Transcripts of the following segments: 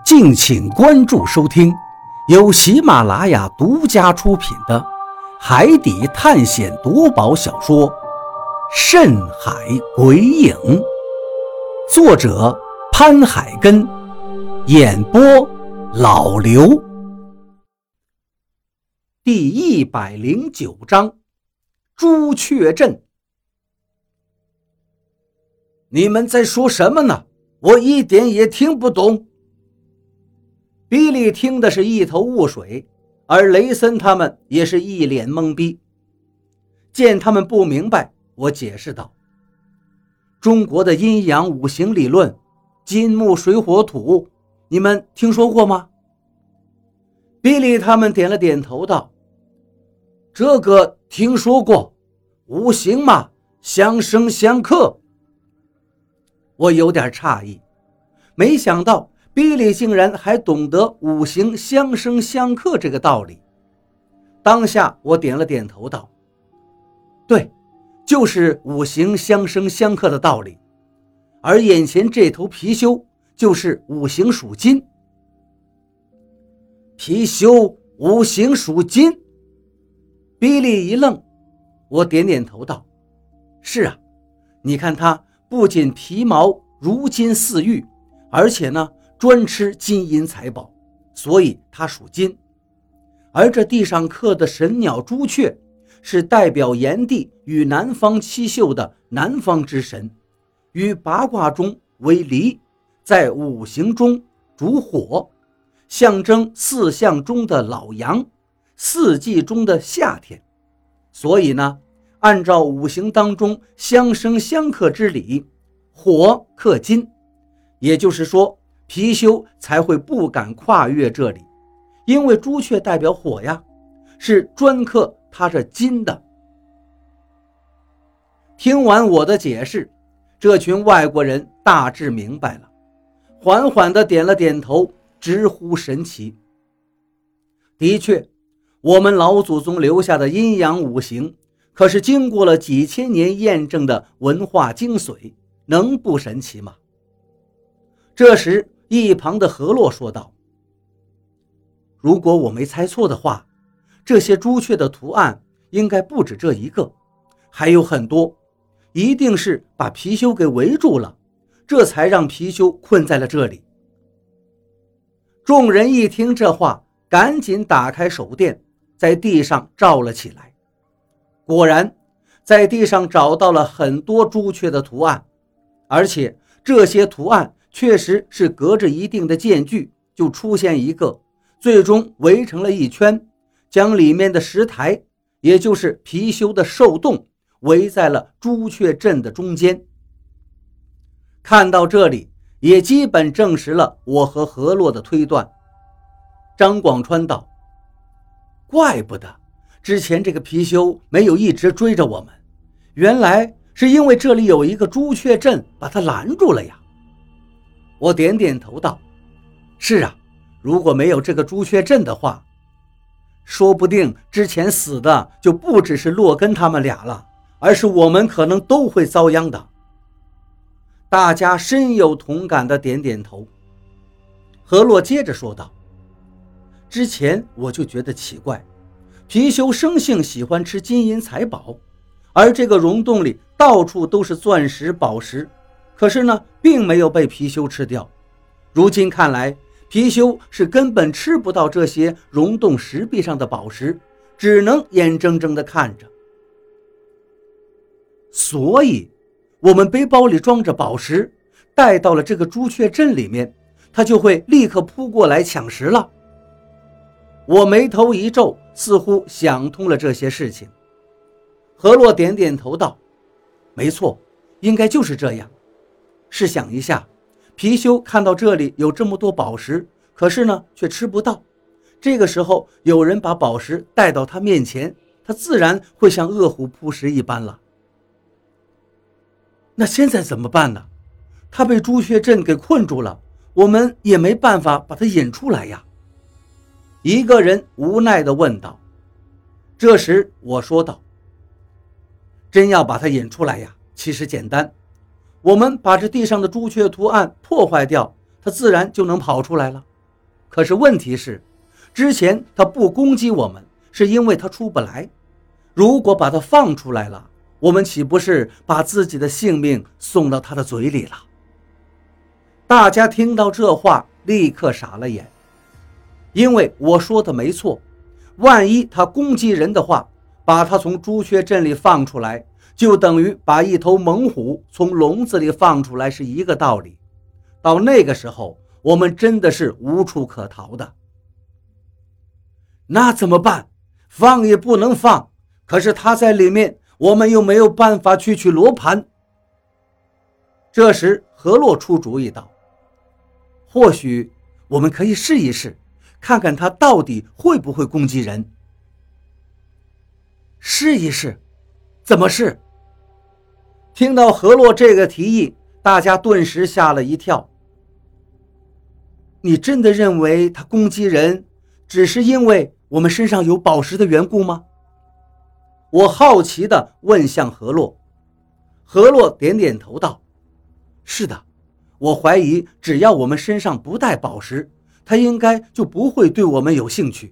敬请关注收听，由喜马拉雅独家出品的海底探险夺宝小说《深海鬼影》，作者潘海根，演播老刘。第109章，朱雀阵。你们在说什么呢？我一点也听不懂。比利听的是一头雾水，而雷森他们也是一脸懵逼。见他们不明白，我解释道：中国的阴阳五行理论，金木水火土，你们听说过吗？比利他们点了点头道：这个听说过，五行嘛，相生相克。我有点诧异，没想到比利竟然还懂得五行相生相克这个道理。当下我点了点头道：对，就是五行相生相克的道理。而眼前这头貔貅就是五行属金。貔貅五行属金？比利一愣，我点点头道：是啊，你看它不仅皮毛如金似玉，而且呢专吃金银财宝，所以它属金。而这地上刻的神鸟朱雀，是代表炎帝与南方七宿的南方之神，于八卦中为离，在五行中主火，象征四象中的老阳，四季中的夏天。所以呢，按照五行当中相生相克之理，火克金，也就是说貔貅才会不敢跨越这里，因为朱雀代表火呀，是专克它这金的。听完我的解释，这群外国人大致明白了，缓缓地点了点头，直呼神奇。的确，我们老祖宗留下的阴阳五行，可是经过了几千年验证的文化精髓，能不神奇吗？这时一旁的何洛说道：如果我没猜错的话，这些朱雀的图案应该不止这一个，还有很多，一定是把貔貅给围住了，这才让貔貅困在了这里。众人一听这话，赶紧打开手电，在地上照了起来。果然在地上找到了很多朱雀的图案，而且这些图案确实是隔着一定的间距就出现一个，最终围成了一圈，将里面的石台，也就是貔貅的兽洞，围在了朱雀阵的中间。看到这里，也基本证实了我和何洛的推断。张广川道：怪不得之前这个貔貅没有一直追着我们，原来是因为这里有一个朱雀阵把它拦住了呀。我点点头道：是啊，如果没有这个朱雀阵的话，说不定之前死的就不只是洛根他们俩了，而是我们可能都会遭殃的。大家深有同感的点点头。何洛接着说道：之前我就觉得奇怪，貔貅生性喜欢吃金银财宝，而这个溶洞里到处都是钻石宝石，可是呢并没有被貔貅吃掉。如今看来，貔貅是根本吃不到这些溶洞石壁上的宝石，只能眼睁睁地看着。所以我们背包里装着宝石，带到了这个朱雀阵里面，它就会立刻扑过来抢食了。我眉头一皱，似乎想通了这些事情。何洛点点头道：没错，应该就是这样。试想一下，貔貅看到这里有这么多宝石，可是呢却吃不到，这个时候有人把宝石带到他面前，他自然会像饿虎扑食一般了。那现在怎么办呢？他被朱雀阵给困住了，我们也没办法把他引出来呀。一个人无奈地问道。这时我说道：真要把他引出来呀，其实简单，我们把这地上的朱雀图案破坏掉，它自然就能跑出来了。 可是问题是，之前他不攻击我们，是因为他出不来。如果把他放出来了，我们岂不是把自己的性命送到他的嘴里了？大家听到这话，立刻傻了眼。因为我说的没错，万一他攻击人的话，把他从朱雀镇里放出来，就等于把一头猛虎从笼子里放出来是一个道理。到那个时候，我们真的是无处可逃的。那怎么办？放也不能放，可是他在里面，我们又没有办法去取罗盘。这时何洛出主意道，或许我们可以试一试，看看他到底会不会攻击人。试一试？怎么试？听到何洛这个提议，大家顿时吓了一跳。你真的认为他攻击人只是因为我们身上有宝石的缘故吗？我好奇地问向何洛。何洛点点头道，是的，我怀疑只要我们身上不带宝石，他应该就不会对我们有兴趣。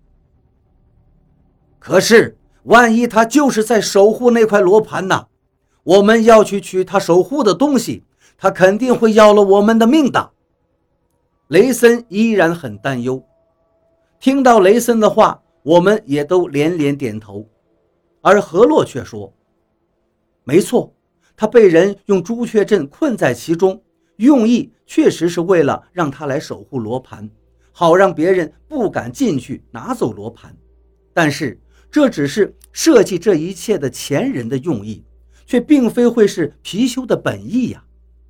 可是万一他就是在守护那块罗盘呢？我们要去取他守护的东西，他肯定会要了我们的命的。雷森依然很担忧。听到雷森的话，我们也都连连点头。而何洛却说，没错，他被人用朱雀阵困在其中，用意确实是为了让他来守护罗盘，好让别人不敢进去拿走罗盘。但是这只是设计这一切的前人的用意，却并非会是貔貅的本意呀。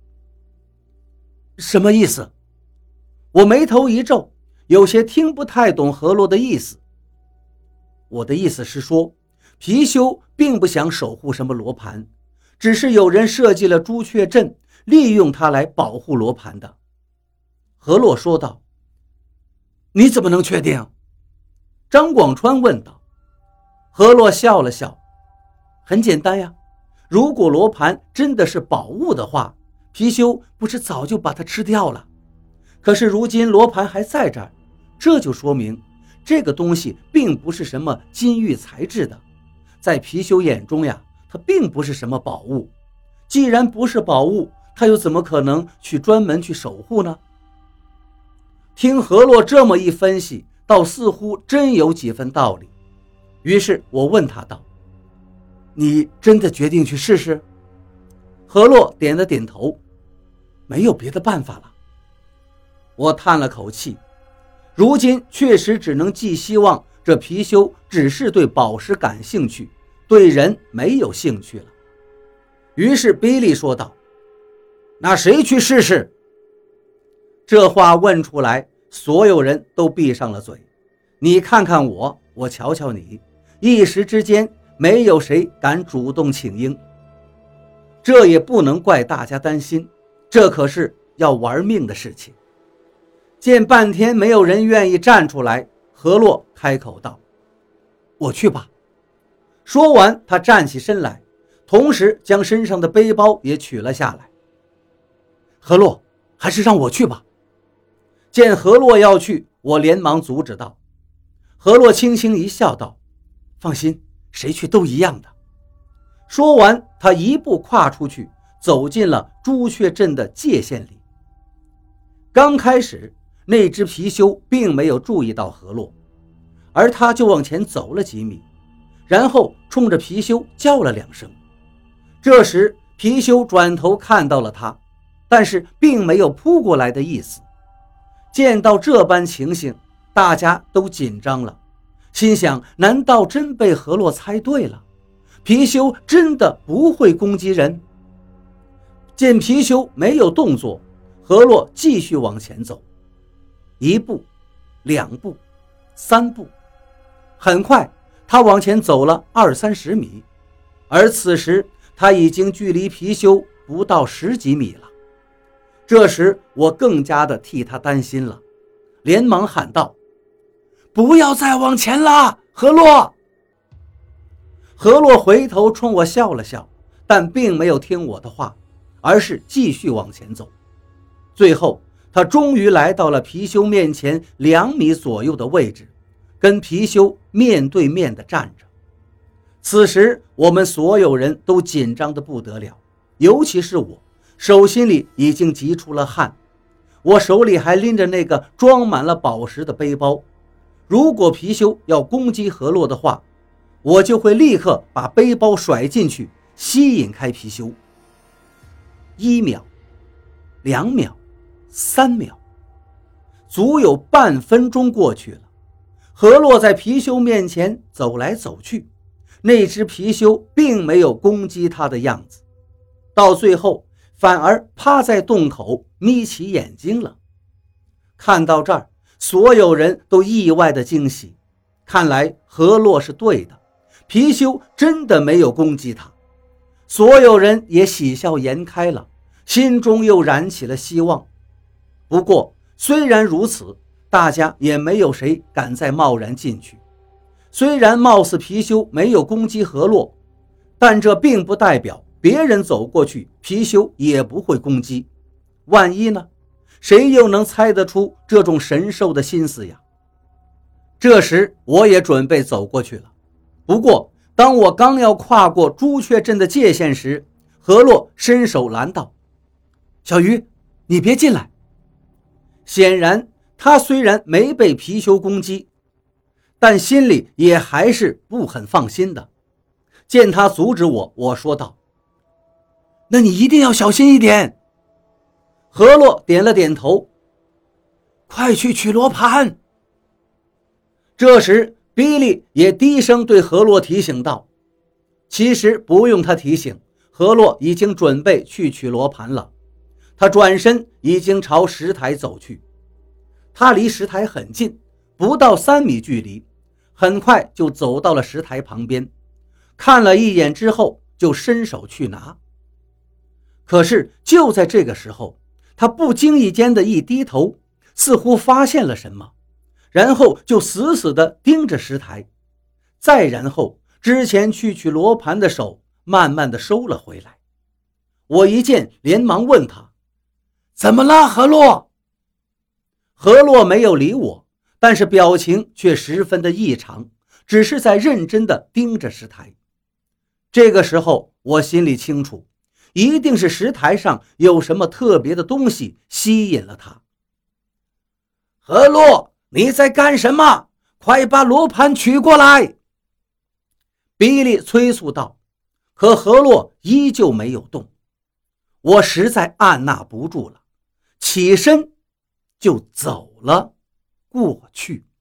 什么意思？我眉头一皱，有些听不太懂何洛的意思。我的意思是说，貔貅并不想守护什么罗盘，只是有人设计了朱雀阵，利用它来保护罗盘的。何洛说道。你怎么能确定？张广川问道。何洛笑了笑，很简单呀，如果罗盘真的是宝物的话，貔貅不是早就把它吃掉了？可是如今罗盘还在这儿，这就说明这个东西并不是什么金玉材质的，在貔貅眼中呀，它并不是什么宝物。既然不是宝物，它又怎么可能专门去守护呢？听何洛这么一分析，倒似乎真有几分道理。于是我问他道，你真的决定去试试？何洛点了点头，没有别的办法了。我叹了口气，如今确实只能寄希望这貔貅只是对宝石感兴趣，对人没有兴趣了。于是比利说道，那谁去试试？这话问出来，所有人都闭上了嘴。你看看我，我瞧瞧你，一时之间没有谁敢主动请缨。这也不能怪大家担心，这可是要玩命的事情。见半天没有人愿意站出来，何洛开口道，我去吧。说完他站起身来，同时将身上的背包也取了下来。何洛，还是让我去吧。见何洛要去，我连忙阻止道。何洛轻轻一笑道，放心，谁去都一样的。说完他一步跨出去，走进了朱雀镇的界限里。刚开始那只貔貅并没有注意到何洛，而他就往前走了几米，然后冲着貔貅叫了2声。这时貔貅转头看到了他，但是并没有扑过来的意思。见到这般情形，大家都紧张了，心想难道真被何洛猜对了？貔貅真的不会攻击人？见貔貅没有动作，何洛继续往前走，1步2步3步，很快他往前走了20-30米，而此时他已经距离貔貅不到10几米了。这时我更加的替他担心了，连忙喊道，不要再往前了，何洛。何洛回头冲我笑了笑，但并没有听我的话，而是继续往前走。最后他终于来到了貔貅面前2米左右的位置，跟貔貅面对面地站着。此时我们所有人都紧张得不得了，尤其是我，手心里已经急出了汗。我手里还拎着那个装满了宝石的背包，如果貔貅要攻击河洛的话，我就会立刻把背包甩进去，吸引开貔貅。1秒，2秒，3秒，足有半分钟过去了。河洛在貔貅面前走来走去，那只貔貅并没有攻击他的样子，到最后反而趴在洞口眯起眼睛了。看到这儿，所有人都意外的惊喜，看来河洛是对的，貔貅真的没有攻击他。所有人也喜笑颜开了，心中又燃起了希望。不过虽然如此，大家也没有谁敢再贸然进去。虽然貌似貔貅没有攻击河洛，但这并不代表别人走过去貔貅也不会攻击。万一呢？谁又能猜得出这种神兽的心思呀？这时我也准备走过去了，不过当我刚要跨过朱雀镇的界限时，河洛伸手拦道：“小鱼，你别进来。”显然他虽然没被貔貅攻击，但心里也还是不很放心的。见他阻止我，我说道：“那你一定要小心一点。”河洛点了点头：“快去取罗盘。”这时比利也低声对河洛提醒道。其实不用他提醒，河洛已经准备去取罗盘了。他转身已经朝石台走去。他离石台很近，不到3米距离，很快就走到了石台旁边，看了一眼之后就伸手去拿。可是就在这个时候，他不经意间的一低头，似乎发现了什么，然后就死死地盯着石台，再然后之前去取罗盘的手慢慢地收了回来。我一见连忙问他：“怎么了，河洛？”河洛没有理我，但是表情却十分的异常，只是在认真地盯着石台。这个时候我心里清楚，一定是石台上有什么特别的东西吸引了他。“河洛，你在干什么？快把罗盘取过来！”比利催促道。可河洛依旧没有动。我实在按捺不住了，起身就走了过去。